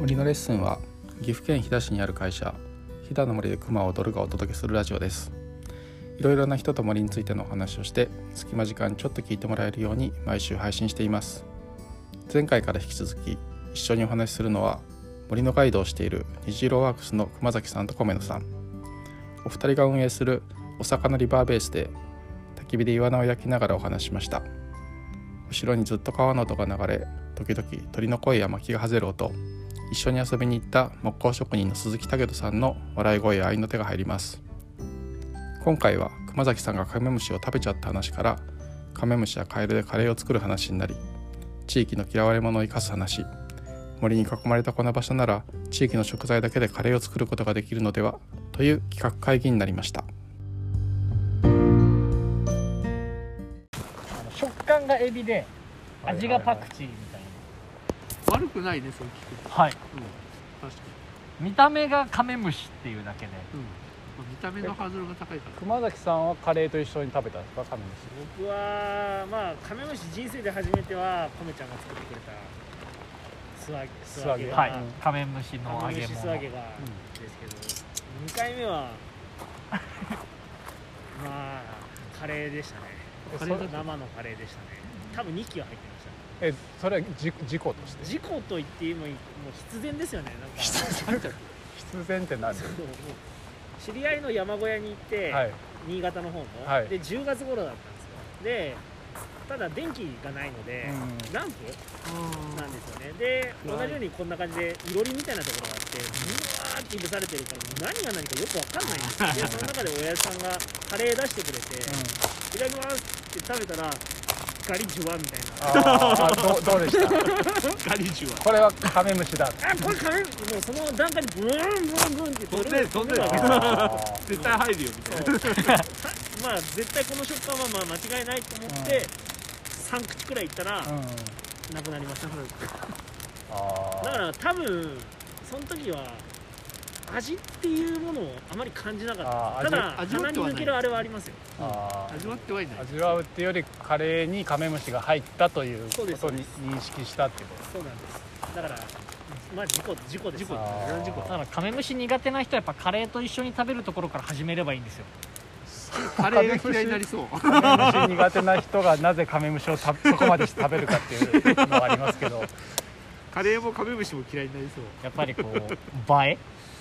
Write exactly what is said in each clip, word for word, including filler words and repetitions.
森のレッスンは岐阜県飛騨市にある会社飛騨の森で熊を踊るがお届けするラジオです。いろいろな人と森についてのお話をして隙間時間ちょっと聞いてもらえるように毎週配信しています。前回から引き続き一緒にお話しするのは森のガイドをしている虹色ワークスの熊崎さんと米野さん。お二人が運営するお魚リバーベースで焚き火でイワナを焼きながらお話しました。後ろにずっと川の音が流れ、時々鳥の声や薪がはぜる音、一緒に遊びに行った木工職人の鈴木武人さんの笑い声や合いの手が入ります。今回は熊崎さんがカメムシを食べちゃった話からカメムシやカエルでカレーを作る話になり、地域の嫌われ者を生かす話、森に囲まれたこの場所なら地域の食材だけでカレーを作ることができるのではという企画会議になりました。 食感がエビで味がパクチーみたいな、 悪くないね、そう聞くと。 はい、 うん、確か見た目がカメムシっていうだけで、 に、うん、見た目のハードルが高いから。 熊崎さんはカレーと一緒に食べたんですか、カメムシ。 僕はまあカメムシ人生で初めてはコメちゃんが作ってくれた素揚げ素揚げが、 はい、カメムシの揚カメムシげ物素揚げがですけど、にかいめはまあカレーでしたね。 それ生のカレーでしたね。多分にきは入ってました。 えそれは事事故として事故と言ってもいい、もう必然ですよね。なんか必然って何ですか。 知り合いの山小屋に行って、はい、新潟の方の、はい、でじゅうがつ頃だったんですよ。でただ電気がないので、うん、ランプなんですよね。で同じようにこんな感じでいろりみたいなところがあって、うわーっていぶされてるから何が何かよくわかんないんですよ。でその中で親父さんがカレー出してくれて、うん、いただきますって食べたらガリジュワみたいな。 あど, どうでしたガリジュワ。 これはカメムシだ。 あこれカメムシ、もうその段階にブーンブーンブーンって飛んで飛んでるわけ絶対入るよみたいなまあ絶対この食感はまあ間違いないと思って、うん、さん口くらいいったら、うん、なくなりました。あだから多分その時は味っていうものをあまり感じなかった。ただ鼻に抜けるあれはありますよ。 あ味わってはいない。 味わうっていうよりカレーにカメムシが入ったということに認識したっていうこと。 そうなんです。だからまあ事故事故です。 事故事故。だからカメムシ苦手な人はやっぱカレーと一緒に食べるところから始めればいいんですよ。 カレーが嫌いになりそう。 カメムシ苦手な人がなぜカメムシをそこまでして食べるかっていうのはありますけど、 カレーもカメムシも嫌いになりそう。 やっぱりこう映え。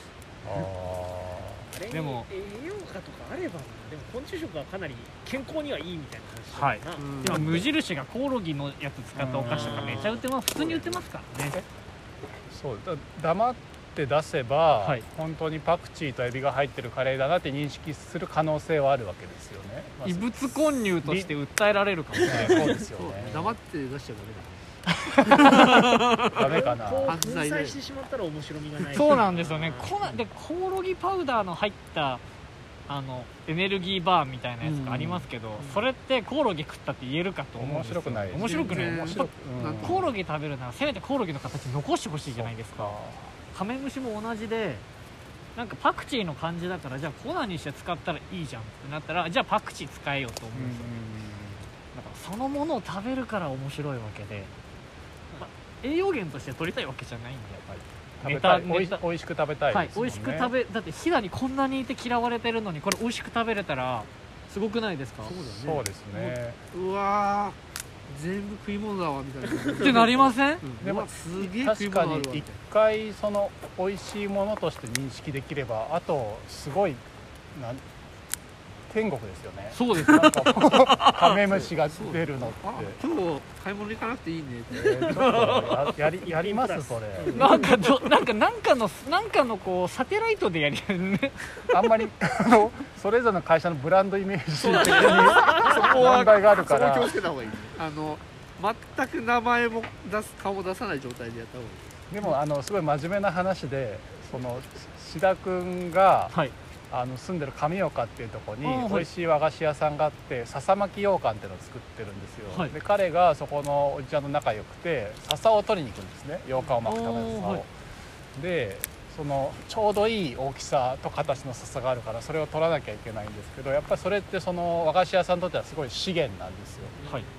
あれに栄養価とかあればな。でも昆虫食はかなり健康にはいいみたいな話だな。 はい。でも無印がコオロギのやつ使ったお菓子とかめっちゃ売ってます。普通に売ってますからね。 そうだ、黙って出せば、はい、本当にパクチーとエビが入ってるカレーだなって認識する可能性はあるわけですよね。 異物混入として訴えられるかもしれない。 そうですよね。 黙って出しちゃダメだ。 ダメかな。 粉砕してしまったら面白みがない。 そうなんですよね。コでコオロギパウダーの入ったあのエネルギーバーみたいなやつがありますけど、うん、それってコオロギ食ったって言えるかと思うんですよ。 面白くない。 面白くない。 面白く、 うん、コオロギ食べるならせめてコオロギの形残してほしいじゃないですか。カメムシも同じで、なんかパクチーの感じだからじゃあ粉にして使ったらいいじゃんってなったらじゃあパクチー使えようと思うんですよ。だからそのものを食べるから面白いわけで。栄養源として取りたいわけじゃないんで、やっぱり食べたい、おいおいしく食べたいですもんね。はい、美味しく食べ、 だって飛騨にこんなにいて嫌われてるのにこれ美味しく食べれたらすごくないですか。 そうだね。そうですね。 うわー全部食い物だわみたいなってなりません、うん、 でもすげえ食い確か物あるわ。 に一回その美味しいものとして認識できれば、あとすごいなん天国ですよね。 そうです。 なんかカメムシが出るのって。 今日買い物行かなくていいねって、 えー、ちょっと や, やりやりますそれ。 なんかどなんかなんかのなんかのこうサテライトでやりるね。 あんまりあのそれぞれの会社のブランドイメージ的にそこは問題があるから。 そこ気をつけた方がいいね。あの全く名前も出す顔も出さない状態でやった方がいい。 でもあのすごい真面目な話で、その志田君が。はい、あの住んでる上岡っていうところに美味しい和菓子屋さんがあって、笹巻羊羹っていうのを作ってるんですよ。はい、で彼がそこのおじちゃんと仲良くて笹を取りに行くんですね。羊羹を巻くための笹を。はい、でそのちょうどいい大きさと形の笹があるからそれを取らなきゃいけないんですけど、やっぱりそれってその和菓子屋さんにとってはすごい資源なんですよ。はい、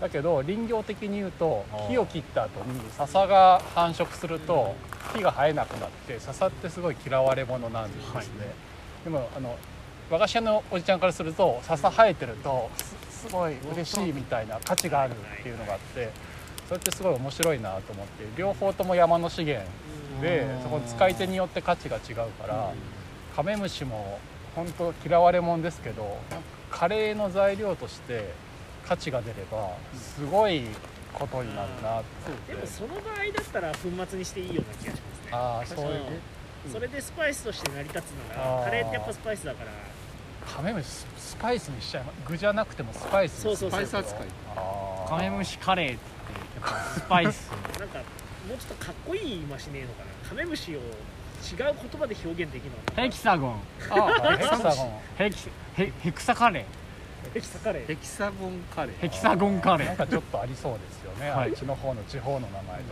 だけど林業的に言うと木を切った後に笹が繁殖すると木が生えなくなって笹ってすごい嫌われ者なんですね、はい、でもあの和菓子屋のおじちゃんからすると笹生えてると す, すごい嬉しいみたいな価値があるっていうのがあってそれってすごい面白いなと思って両方とも山の資源でそこの使い手によって価値が違うからカメムシも本当嫌われ者ですけどなんかカレーの材料として価値が出ればすごいことになるなって。 でもその場合だったら粉末にしていいような気がしますね。 ああそういうね。 それでスパイスとして成り立つならカレーってやっぱスパイスだからカメムシスパイスにしちゃいます。具じゃなくてもスパイス。 そうそうそう。 スパイス扱い。 カメムシカレーってやっぱスパイスなんかもうちょっとかっこいい言い回しねえのかな。カメムシを違う言葉で表現できるの。 ヘキサゴン。 あ、ヘキサゴン。 ヘキヘヘクサカレー。 ヘキサカレー。 ヘキサゴンカレー。 ヘキサゴンカレー。 なんかちょっとありそうですよね。はい、あっちの方の地方の名前とかね。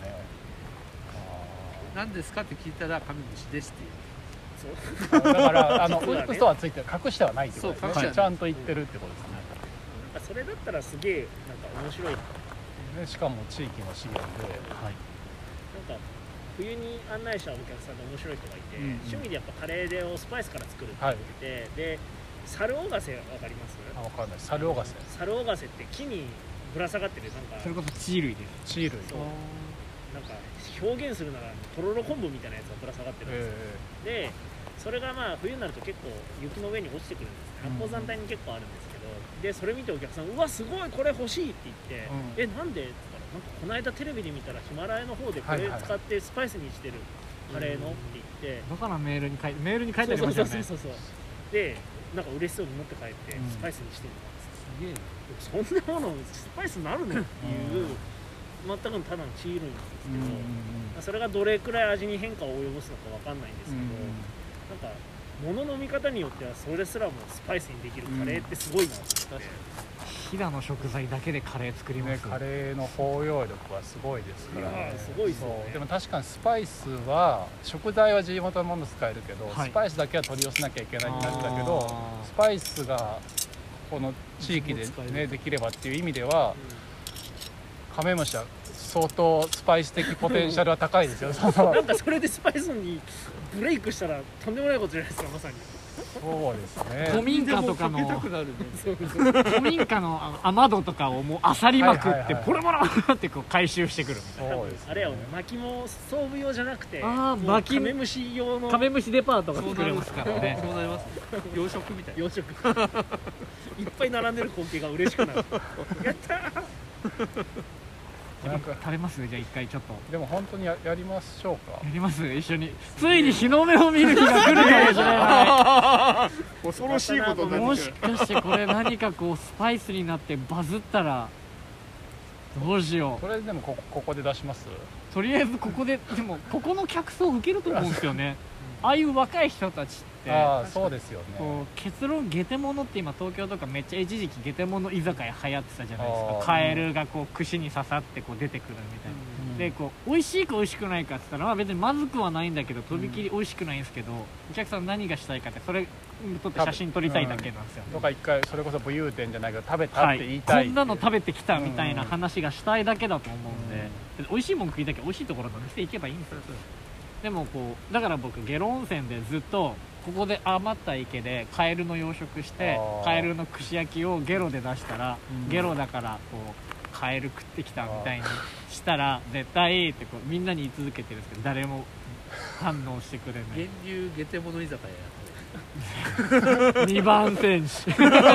何ですかって聞いたらカメムシですっていう。 そうだからあの嘘はついてる隠してはないってことですね。ちゃんと言ってるってことですね。 なんかそれだったらすげえなんか面白い。 ね、しかも地域の資源で。 はい。なんか冬に案内したお客さんで面白い人がいて、うんうん、趣味でやっぱカレーでをスパイスから作るって言ってて、はい、でサルオガセわかります？ あ、わかんない。サルオガセ。 サルオガセって木にぶら下がってるなんかそれこそ地類です。 地類。 そう。なんか表現するならとろろ昆布みたいなやつがぶら下がってるんですよ。で、それがまあ冬になると結構雪の上に落ちてくるんですね。八方山帯に結構あるんですけど、でそれ見てお客さんうわすごいこれ欲しいって言って、うん、えなんでって言ったらなんかこの間テレビで見たらヒマラヤの方でこれ使ってスパイスにしてるカレーのって言って、 だからメールに書いてメールに書いてありましたよね。 そうそうそうそう。でなんか嬉しそうに持って帰ってスパイスにしてるの、うん、すげえそんなものスパイスになるのっていう全くのただのチールなんですけど、うん、それがどれくらい味に変化を及ぼすのかわかんないんですけど、うん、なんか物の見方によってはそれすらもスパイスにできるカレーってすごいなと思って、 飛騨の食材だけでカレー作ります、 ね、カレーの包容力はすごいですから、 ね、すごいですよね。 でも確かにスパイスは食材は地元のもの使えるけど、はい、スパイスだけは取り寄せなきゃいけないんだけどスパイスがこの地域で、ね、できればっていう意味では、うん、カメムシは相当スパイス的ポテンシャルは高いですよなんかそれでスパイスにブレイクしたらとんでもないことじゃないですか。まさにそうですね。 古民家とかの古民家の雨戸とかをもうあさりまくってポロポロってこう回収してくるみたいな。 そうですね。あれや薪もストーブ用じゃなくてあ薪カメムシ用のカメムシデパートが作れますからね。 そうなります。養殖みたいな。 養殖いっぱい並んでる光景が嬉しくなるやったーなんか食べますじゃあ一回ちょっと。 でも本当に や, やりましょうか。 やります一緒に。ついに日の目を見る日が来るかもしれない。 恐ろしいことになってる。 もしかしてこれ何かこうスパイスになってバズったらどうしよう。 とりあえずでも こ, ここで出します。 とりあえずここででもここの客層受けると思うんですよねああいう若い人たちってああそうですよね。 こう結論ゲテモノって今東京とかめっちゃ一時期ゲテモノ居酒屋流行ってたじゃないですか。カエルがこう串に刺さってこう出てくるみたいな、うん、でこう美味しいか美味しくないかって言ったら、まあ、別にまずくはないんだけどとびきり美味しくないんですけど、うん、お客さん何がしたいかってそれ撮って写真撮りたいだけなんですよ、ね、 とか一回それこそ武勇伝じゃないけど食べたって言いたい、 はい、こんなの食べてきたみたいな話がしたいだけだと思うんで、うん、美味しいもん食いたきゃ美味しいところの店行けばいいんですよ。でもこうだから僕ゲロ温泉でずっとここで余った池でカエルの養殖してカエルの串焼きをゲロで出したら、うん、ゲロだからこうカエル食ってきたみたいにしたら絶対ってこうみんなに言い続けてるんですけど誰も反応してくれない。 源流ゲテモノ居酒屋やにばん選手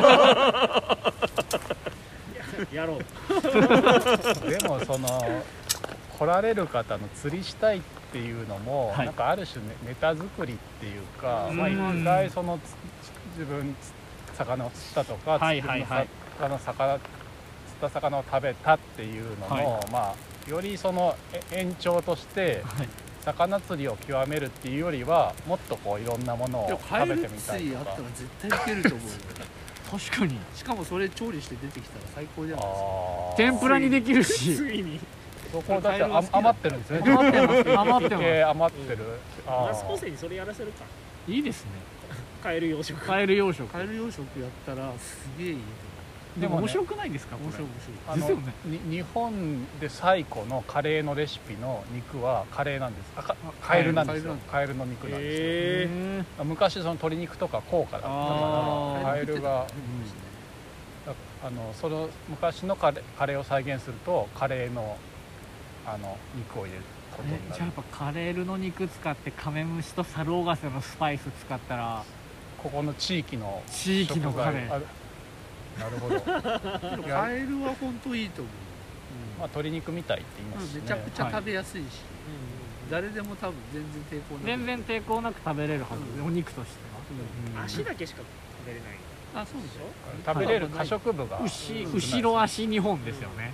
やろうでもその来られる方の釣りしたいっていうのも、はい、なんかある種、ね、ネタ作りっていうか、まあ、一回その自分魚を釣ったとか、はいはいはい、魚釣った魚を食べたっていうのも、はい、まあ、よりその延長として、はい、魚釣りを極めるっていうよりはもっとこういろんなものを食べてみたいとか。 あったら絶対いけると思うよ確かに。 しかもそれ調理して出てきたら最高じゃないですか。 天ぷらにできるしついにそこだって余ってるんですね。 余ってます余ってます。 余ってる。 那須高生にそれやらせるか。 いいですね。 カエル養殖。 カエル養殖。 カエル養殖やったらすげえいい。 でも面白くないですか？ 面白い面白い。ですよね。日本で最古のカレーのレシピの肉はカレーなんです。あ、カエルなんですよ。カエルの肉なんですよ。昔その鶏肉とか高価だったからカエルが、あのその昔のカレー、カレーを再現するとカレーのあの肉を入れることになる。 じゃあやっぱカレーの肉使ってカメムシとサルオガセのスパイス使ったらここの地域の地域のカレー。 なるほど。 カエルは本当いいと思う。 まあ鶏肉みたいって言いますしね。 めちゃくちゃ食べやすいし、誰でも多分全然抵抗なく全然抵抗なく食べれるはず。お肉としては。足だけしか食べれない。 あ、そうでしょ。 食べれる可食部が牛後ろ足にほんですよね。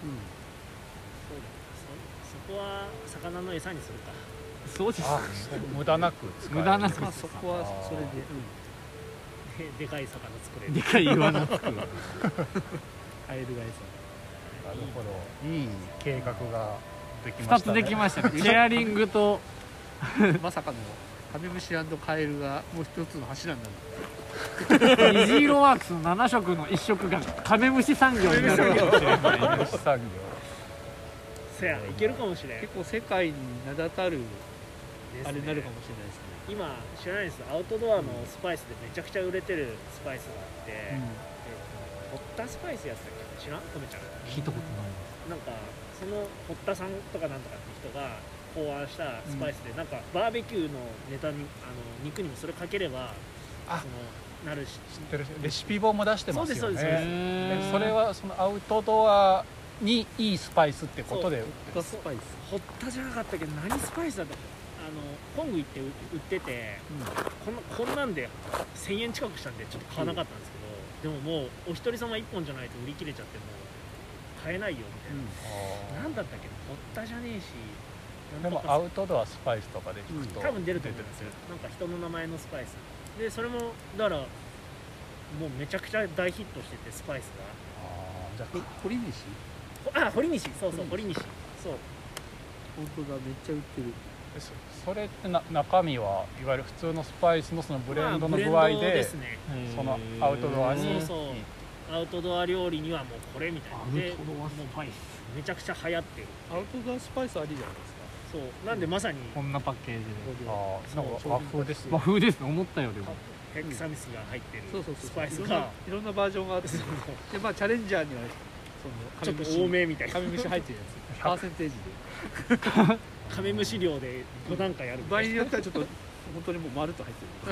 そこは魚の餌にするか。 そうです。 無駄なく無駄なく。 そこはそれで。 でかい魚作れる。 でかい岩の作る。 カエルが餌。 なるほど。いい計画ができましたね。 二つできましたね。チェアリングとまさかのカメムシ&カエルがもう一つの柱になる。 虹色ワークスのなな色のいっ色がカメムシ産業になるかもしれない。 カメムシ産業。 せや、いけるかもしれない。 結構世界に名だたるあれになるかもしれないですね。 今知らないです。アウトドアのスパイスでめちゃくちゃ売れてるスパイスがあって、えっとホッタスパイスやったっけ？知らん？とめちゃん。 聞いたことない。 なんかそのホッタさんとかなんとかって人が考案したスパイスで、なんかバーベキューのネタにあの肉にもそれかければあそのなるし。 知ってる。レシピ本も出してますよね。 そうですそうです。 それはそのアウトドアにいいスパイスってことで。 ホッタスパイス。 ホッタじゃなかったけど何スパイスだったっけ？あの本具行って売ってて、うん、こんこんなんでせんえん近くしたんでちょっと買わなかったんですけど、うん、でももうお一人様いっぽんじゃないと売り切れちゃってもう買えないよみたいな、うん、なんだったっけ？ホッタじゃねえし。 でもアウトドアスパイスとかで聞くと、 うん、多分出ると思うんですよ。なんか人の名前のスパイスで、それもだからもうめちゃくちゃ大ヒットしててスパイスが。 ああ、じゃあ堀西？ あ、堀西、そうそう堀西、そう。 本当だ、めっちゃ売ってる。 それってな中身はいわゆる普通のスパイスのそのブレンドの具合で、まあですね、 そのアウトドアにそうそうアウトドア料理にはもうこれみたいなで、めちゃくちゃ流行ってる。 アウトドアスパイスありじゃないですか。 そうなんでまさにこんなパッケージで、 ああ、なんか和風ですね。 和風ですね。思ったよりもヘクサミスが入ってるスパイスがいろんなバージョンがあって、でまあチャレンジャーにはそのちょっと多めみたいなカメムシ入ってるやつ、パーセンテージでカメムシ量でご段階ある。 場合によってはちょっと本当にもう丸と入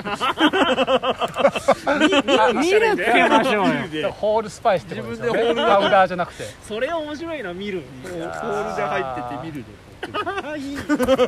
ってる。 見るつけましょうよ。 ホールスパイスってことですよね。パウダーじゃなくて。 それ面白いな、見る。 ホールで入ってて見るで。 いい。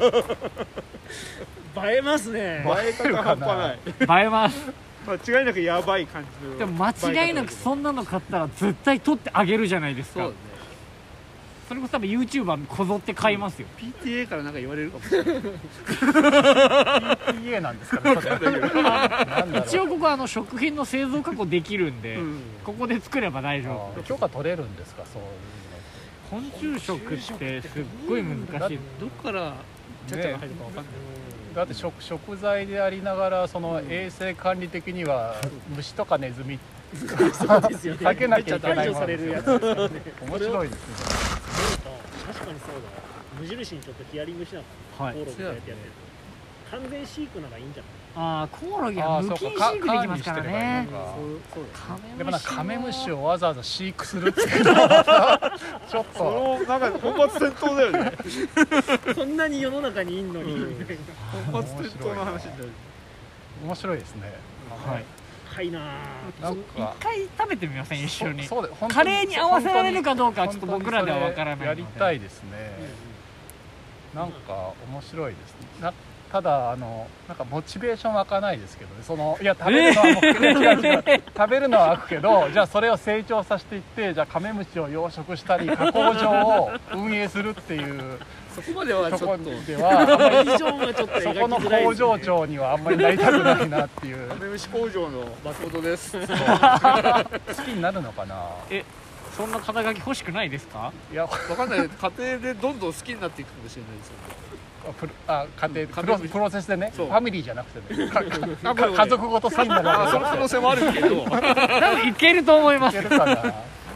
映えますね。 映え方半端ない。映えます。 間違いなくやばい感じの。 でも間違いなくそんなの買ったら絶対取ってあげるじゃないですか。 そうね。 それこそ多分 YouTuber こぞって買いますよ。 ピーティーエー からなんか言われるかもしれない。ピーティーエー なんですかね。 一応ここあの食品の製造加工できるんで、うん、ここで作れば大丈夫。 許可取れるんですか？そういう昆虫食ってすっごい難しい。 どっからちゃちゃが入るかわかんない。 だって 食, 食材でありながらその衛生管理的には虫とかネズミ避けなきゃいけないものですよね。面白いですね。 確かにそうだ。無印にちょっとヒアリングしなかった。はい、コオロギやってやってる。完全飼育ならいいんじゃない？ ああ、コオロギは無菌飼育できますからね。 でもなんかカメムシをわざわざ飼育するっていうのはちょっとそのなんか本末転倒だよね。 こんなに世の中にいんのに、うん、 本末転倒の話になる。 面白いですね。 はい。 はいな。 なんか一回食べてみません？一緒に。カレーに合わせられるかどうかはちょっと僕らではわからないので。 やりたいですね。なんか面白いですね。ただあのなんかモチベーション湧かないですけどね。そのいや食べるのはもう、えー、食べるのは湧くけど、じゃあそれを成長させていって、じゃあカメムシを養殖したり加工場を運営するっていうそこまではちょっとではあんまりビジョンはちょっとそこの工場長にはあんまりなりたくないなっていう。 カメムシ工場の松本です。 好きになるのかな。 え、そんな肩書き欲しくないですか？ いや、わかんない。家庭でどんどん好きになっていくかもしれないですよね。 あ、家庭プ ロ, プロセスでね、ファミリーじゃなくてね、かか家族ごと好きになるわけ。 その可能性もあるけど、 多分いけると思います。 いけるかな。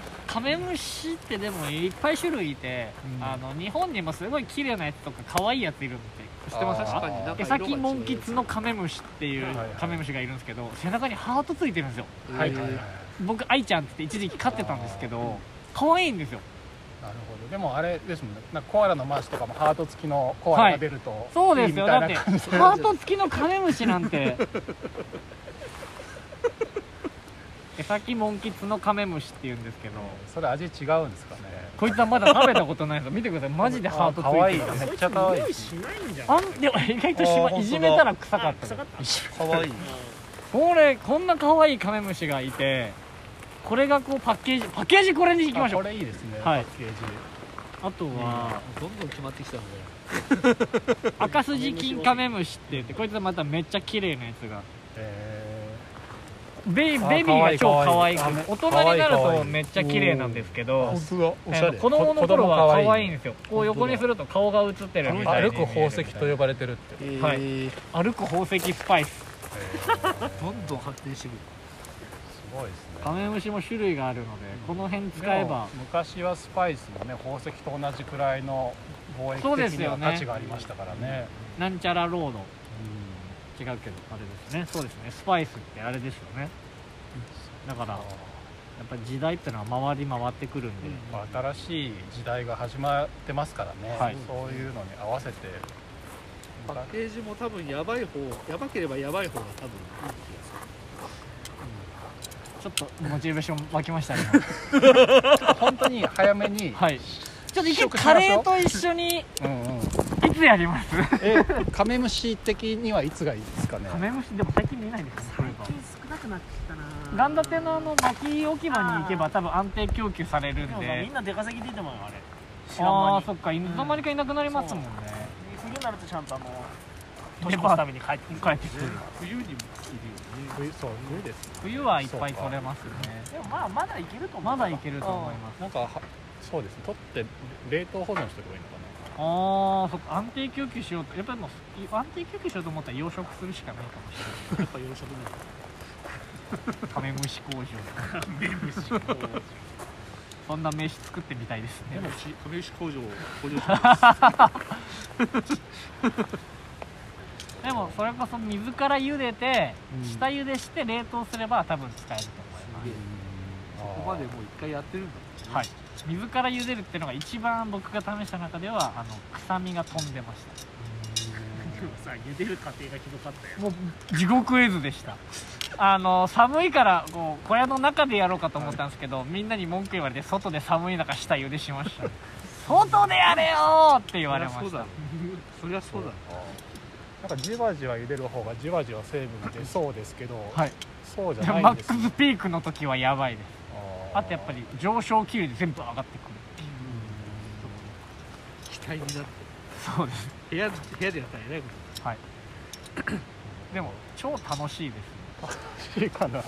メムシってでもいっぱい種類いて、うん、あの日本にもすごい綺麗なやつとか可愛いやついるんで知ってますか？エサキモンキツのカメムシっていうカメムシがいるんですけど、背中にハートついてるんですよ。はいはいはい、僕アイちゃんって一時期飼ってたんですけど可愛いんですよ。 なるほど。でもあれですもんね、なんかコアラのマーチとかもハート付きのコアラが出ると、はい、 そうですよ。だってハート付きのカメムシなんてエサキモンキツのカメムシって言うんですけど、 それ味違うんですかね。 こいつはまだ食べたことないですよ。見てください、マジでハートついてる。 可愛い、めっちゃ可愛い。 しないんじゃん。 あんでも意外としまいじめたら臭かった。 可愛い。 これこんな可愛いカメムシがいて、これがこうパッケージパッケージこれに行きましょう。 これいいですね。 はい、 パッケージ。 あとは、 どんどん決まってきたので赤筋金カメムシって言って、こいつはまためっちゃ綺麗なやつが、えー、ベイ、ベビーが超可愛い。大人になるとめっちゃ綺麗なんですけど、子供の頃は可愛いんですよ。こう横にすると顔が映ってるみたいな。 歩く宝石と呼ばれてるって、 えー、はい、歩く宝石スパイス、 えー、どんどん発展してくる。 すごいですね。 カメムシも種類があるので、この辺使えば。 昔はスパイスもね、宝石と同じくらいの貿易的な価値がありましたからね。 なんちゃらロード、うん、違うけどあれですね。そうですね、スパイスってあれですよね。だからやっぱり時代ってのは回り回ってくるんで、 うん、新しい時代が始まってますからね、はい、そういうのに合わせてパッケージも多分やばい方、やばければやばい方が多分いい気がする。 ちょっとモチベーション湧きましたね。 本当に早めに、 はい、ちょっと一回カレーと一緒にうん、うん、いつやります？ え、カメムシ的にはいつがいいですかね。 カメムシでも最近見ないですね。 最近少なくなってきたな。 ガンダテのあの巻き置き場に行けば多分安定供給されるんで。 みんな出稼ぎ出てもあれ。 ああ、そっか、いつの間にかいなくなりますもんね。 冬になるとちゃんとあの年越すために帰って帰ってくる。 冬にもいるよね。 冬、そう、冬です。 冬はいっぱい取れますよね。 でもまあまだいけると思う。まだいけると思います。 なんかそうですね、取って冷凍保存しておけばいいのかな。 ああ、そっか、安定供給しようと、やっぱりもう安定供給しようと思ったら養殖するしかないかもしれない。 やっぱ養殖ね。カメムシ工場。カメムシ工場。そんな名刺作ってみたいですね。 でもカメムシ工場工場です。 でもそれこそ水から茹でて、うん、下茹でして冷凍すれば多分使えると思います。 そこまでもう一回やってるんだもんね。 はい。水から茹でるっていうのが一番僕が試した中ではあの臭みが飛んでました。 でもさ、茹でる過程がひどかったよ。 もう地獄絵図でした。あの寒いからこう小屋の中でやろうかと思ったんですけど、はい、みんなに文句言われて外で寒い中下茹でしました。外でやれよって言われました。 そりゃそうだ。 なんかじわじわ茹でる方がじわじわ成分が出そうですけど、はい、そうじゃないんですね。マックスピークの時はやばいです。あ, あとやっぱり上昇気流で全部上がってくる。 期待になって。 そうです。 部屋部屋でやったらえらいこと。 はい。でも超楽しいですね。 楽しいかな。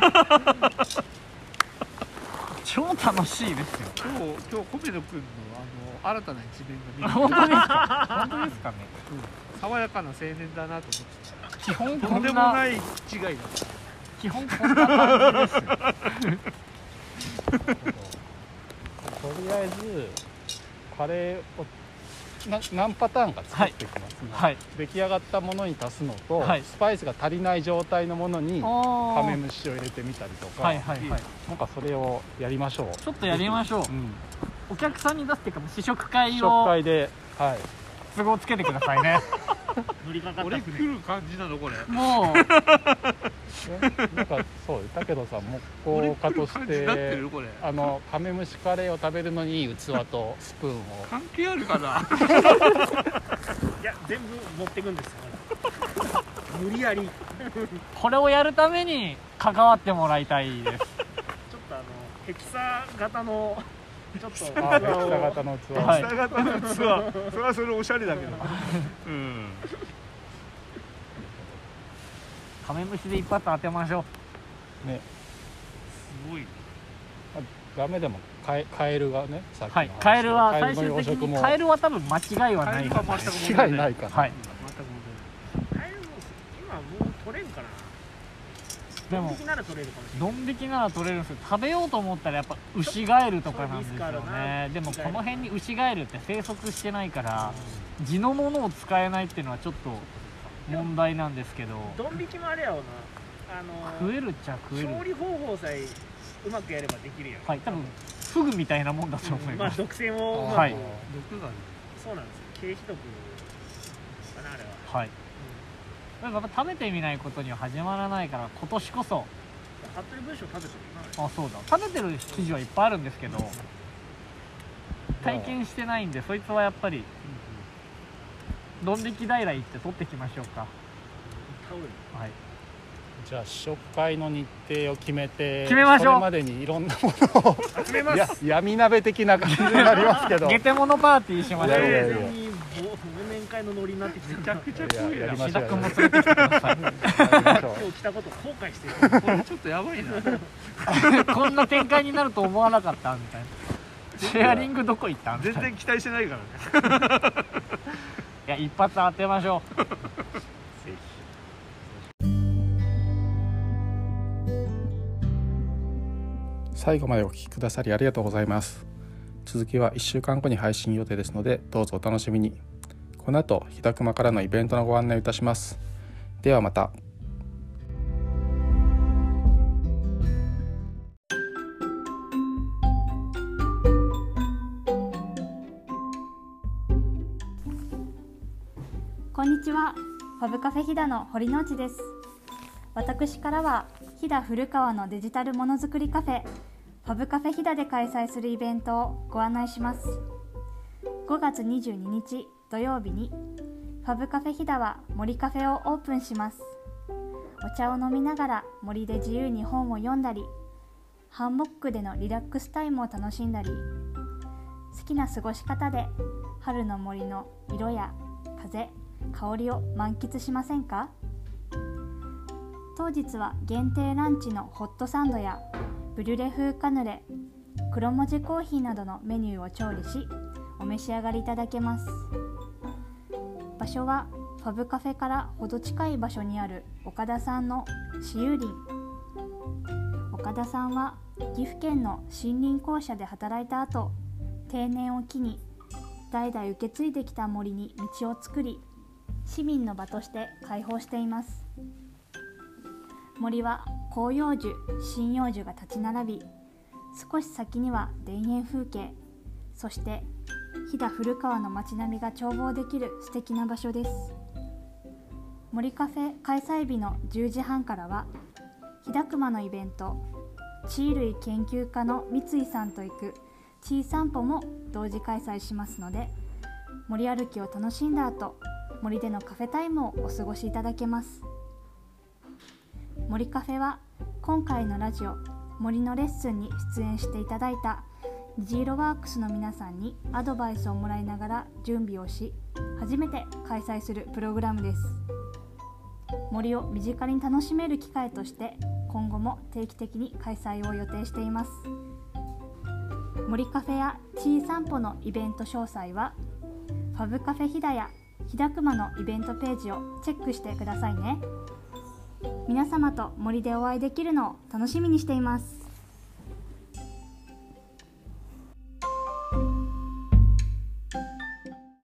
超楽しいですよ。 今日今日コメノ君のあの新たな一面が見れる。本当ですか。本当ですかね。 うん、爽やかな青年だなと思ってた。 基本とんでもない違いだ。 基本こんな感じです。 とりあえずカレーをな何パターンか作っていきますね、はい、出来上がったものに足すのと、はい、スパイスが足りない状態のものにカメムシを入れてみたりとか、はいはいはい、なんかそれをやりましょう。 ちょっとやりましょう、うん、お客さんに出すっていうか試食会を試食会で、はい、 都合つけてくださいね。 乗りかかった俺来る感じなのこれ。 もうなんかそうだけどさ、木工家としてあのカメムシカレーを食べるのにいい器とスプーンを関係あるかな。 いや全部持ってくんですよ。無理やりこれをやるために関わってもらいたいです。ちょっとあのヘキサ型のちょっとあヘキサ型の器、 はい、ヘキサ型の器、それはそれおしゃれだけど。うん。 カメムシで一発当てましょうね。 すごいね。 ダメでもカエ、カエルがね、さっきのはい、カエルは最終的にカエルは多分間違いはないかな。間違いないかな。 はい。 カエルも今もう取れんかな。 でもドン引きなら取れるかもしれない。ドン引きなら取れるんですけど、食べようと思ったらやっぱウシガエルとかなんですよね。でもこの辺にウシガエルって生息してないから、地のものを使えないっていうのはちょっと問題なんですけど。 ドン引きもあれやろな、あの食えるっちゃ食える。 調理方法さえうまくやればできるやん。 はい、多分フグみたいなもんだと思います。 まあ毒性もうまく、 はい、 毒がね、 そうなんですよ。経皮毒かなあれは。 はい。やっぱ食べてみないことには始まらないから、今年こそ。 服部文章食べてるな。 あ、そうだ。食べてる記事はいっぱいあるんですけど、体験してないんで、そいつはやっぱりドン引き平行って取ってきましょうか。はい。 じゃあ試食会の日程を決めて、 決めましょう。 それまでにいろんなものを集めます。 や闇鍋的な感じになりますけど。 ゲテモノパーティーしましょう。 いやいやいや完全に忘年会のノリになってきて、めちゃくちゃ濃いな。 志田君も連れてきてください。 今日来たこと後悔してる。 これちょっとやばいな。 こんな展開になると思わなかったみたいな。シェアリングどこ行ったん？ 全然期待してないからね。 いや、一発当てましょう。 最後までお聞きくださりありがとうございます。続きはいっしゅうかんごに配信予定ですので、どうぞお楽しみに。この後、ひだくまからのイベントのご案内をいたします。ではまた。 こんにちは。ファブカフェ飛騨の堀之内です。私からは飛騨古川のデジタルものづくりカフェファブカフェ飛騨で開催するイベントをご案内します。ごがつにじゅうににち土曜日にファブカフェ飛騨は森カフェをオープンします。お茶を飲みながら森で自由に本を読んだり、ハンモックでのリラックスタイムを楽しんだり、好きな過ごし方で春の森の色や風、香りを満喫しませんか？当日は限定ランチのホットサンドやブリュレ風カヌレ、黒文字コーヒーなどのメニューを調理しお召し上がりいただけます。場所はファブカフェからほど近い場所にある岡田さんの私有林。岡田さんは岐阜県の森林公社で働いた後、定年を機に代々受け継いできた森に道を作り、市民の場として開放しています。森は広葉樹、針葉樹が立ち並び、少し先には田園風景、そして飛騨古川の街並みが眺望できる素敵な場所です。森カフェ開催日のじゅうじはんからは飛騨熊のイベント、地衣類研究家の三井さんと行く地散歩も同時開催しますので、森歩きを楽しんだ後、森でのカフェタイムをお過ごしいただけます。森カフェは今回のラジオ森のレッスンに出演していただいた虹色ワークスの皆さんにアドバイスをもらいながら準備をし、初めて開催するプログラムです。森を身近に楽しめる機会として今後も定期的に開催を予定しています。森カフェや地散歩のイベント詳細はファブカフェ飛騨や飛騨熊のイベントページをチェックしてくださいね。皆様と森でお会いできるのを楽しみにしています。